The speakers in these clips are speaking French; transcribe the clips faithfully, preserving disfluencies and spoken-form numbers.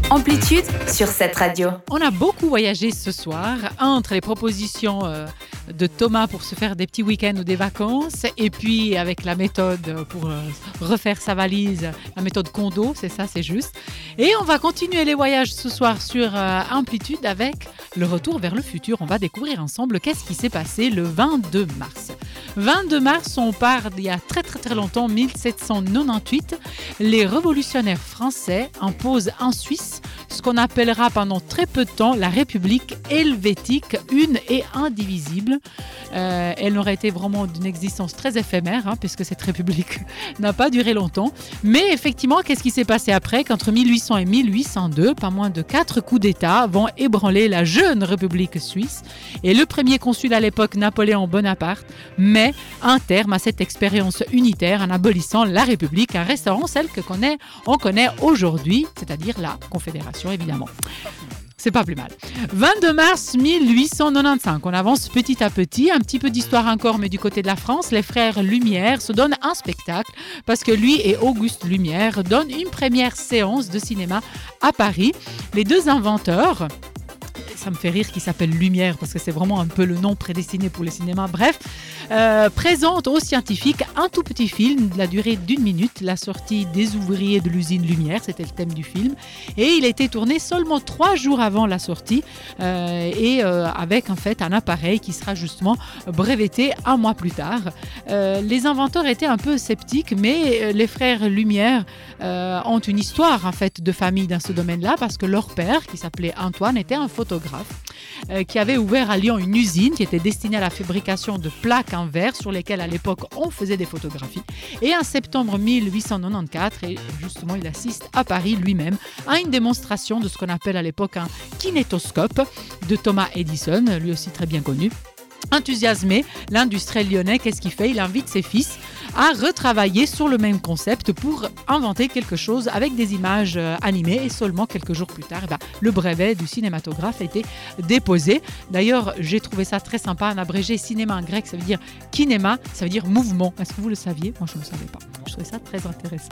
Amplitude sur cette radio. On a beaucoup voyagé ce soir entre les propositions euh, de Thomas pour se faire des petits week-ends ou des vacances et puis avec la méthode pour euh, refaire sa valise, la méthode Kondo, c'est ça, c'est juste. Et on va continuer les voyages ce soir sur euh, Amplitude avec le retour vers le futur. On va découvrir ensemble qu'est-ce qui s'est passé le vingt-deux mars. vingt-deux mars, on part d'il y a très très très longtemps, dix-sept cent quatre-vingt-dix-huit. Les révolutionnaires français imposent en Suisse ce qu'on appellera pendant très peu de temps la République helvétique, une et indivisible. Euh, elle n'aurait été vraiment d'une existence très éphémère, hein, puisque cette République n'a pas duré longtemps. Mais effectivement, qu'est-ce qui s'est passé après qu'entre mille huit cents et mille huit cent deux, pas moins de quatre coups d'État vont ébranler la jeune République suisse. Et le premier consul à l'époque, Napoléon Bonaparte, met un terme à cette expérience unitaire en abolissant la République, en restaurant celle que connaît, on connaît aujourd'hui, c'est-à-dire la Confédération, évidemment. C'est pas plus mal. vingt-deux mars mille huit cent quatre-vingt-quinze, on avance petit à petit, un petit peu d'histoire encore, mais du côté de la France, les frères Lumière se donnent un spectacle parce que lui et Auguste Lumière donnent une première séance de cinéma à Paris. Les deux inventeurs, ça me fait rire qu'il s'appelle Lumière parce que c'est vraiment un peu le nom prédestiné pour le cinéma. Bref, euh, présente aux scientifiques un tout petit film de la durée d'une minute, la sortie des ouvriers de l'usine Lumière, c'était le thème du film. Et il a été tourné seulement trois jours avant la sortie euh, et euh, avec en fait un appareil qui sera justement breveté un mois plus tard. Euh, les inventeurs étaient un peu sceptiques, mais les frères Lumière euh, ont une histoire en fait de famille dans ce domaine-là parce que leur père, qui s'appelait Antoine, était un photographe euh, qui avait ouvert à Lyon une usine qui était destinée à la fabrication de plaques en verre sur lesquelles à l'époque on faisait des photographies. Et en septembre mille huit cent quatre-vingt-quatorze, et justement il assiste à Paris lui-même à une démonstration de ce qu'on appelle à l'époque un kinétoscope de Thomas Edison, lui aussi très bien connu. Enthousiasmé, l'industriel lyonnais, qu'est-ce qu'il fait ? Il invite ses fils à retravailler sur le même concept pour inventer quelque chose avec des images euh, animées et seulement quelques jours plus tard, eh ben, le brevet du cinématographe a été déposé. D'ailleurs, j'ai trouvé ça très sympa, en abrégé cinéma en grec, ça veut dire kinéma, ça veut dire mouvement. Est-ce que vous le saviez ? Moi, je ne le savais pas. Je trouvais ça très intéressant.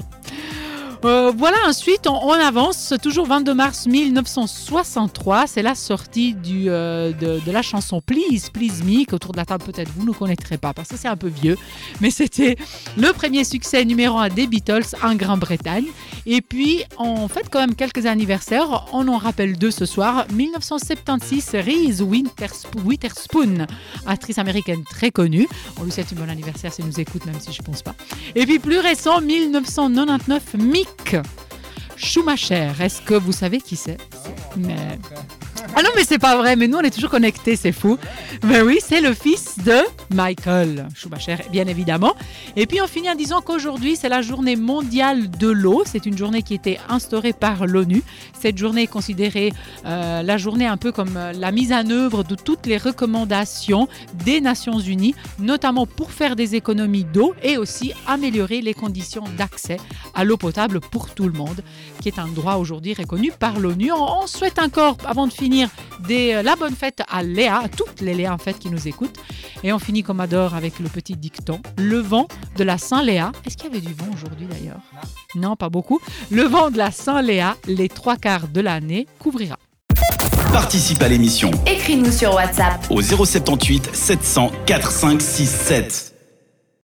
Euh, voilà, ensuite on, on avance, toujours vingt-deux mars mille neuf cent soixante-trois, c'est la sortie du, euh, de, de la chanson Please, Please Me, qu'autour de la table peut-être vous ne connaîtrez pas parce que c'est un peu vieux, mais c'était le premier succès numéro un des Beatles en Grande-Bretagne. Et puis on fête quand même quelques anniversaires, on en rappelle deux ce soir. Dix-neuf cent soixante-seize, Reese Witherspoon, Witherspoon, actrice américaine très connue, on lui souhaite un bon anniversaire s'il nous écoute, même si je ne pense pas. Et puis plus récent, dix-neuf cent quatre-vingt-dix-neuf, Mick Schumacher, est-ce que vous savez qui c'est ? Mais... Ah non, mais c'est pas vrai, mais nous on est toujours connectés, c'est fou. Mais oui, c'est le fils de Michael Schumacher, bien évidemment. Et puis on finit en disant qu'aujourd'hui c'est la journée mondiale de l'eau. C'est une journée qui a été instaurée par l'ONU. Cette journée est considérée euh, la journée un peu comme euh, la mise en œuvre de toutes les recommandations des Nations Unies, notamment pour faire des économies d'eau et aussi améliorer les conditions d'accès à l'eau potable pour tout le monde, qui est un droit aujourd'hui reconnu par l'ONU. On, on souhaite encore, avant de finir, Des, la bonne fête à Léa, à toutes les Léa en fait qui nous écoutent. Et on finit comme adore avec le petit dicton. Le vent de la Saint-Léa. Est-ce qu'il y avait du vent aujourd'hui d'ailleurs ? Non. Non, pas beaucoup. Le vent de la Saint-Léa, les trois quarts de l'année, couvrira. Participe à l'émission. Écris-nous sur WhatsApp Au zéro sept huit sept cents quatre cinq six sept.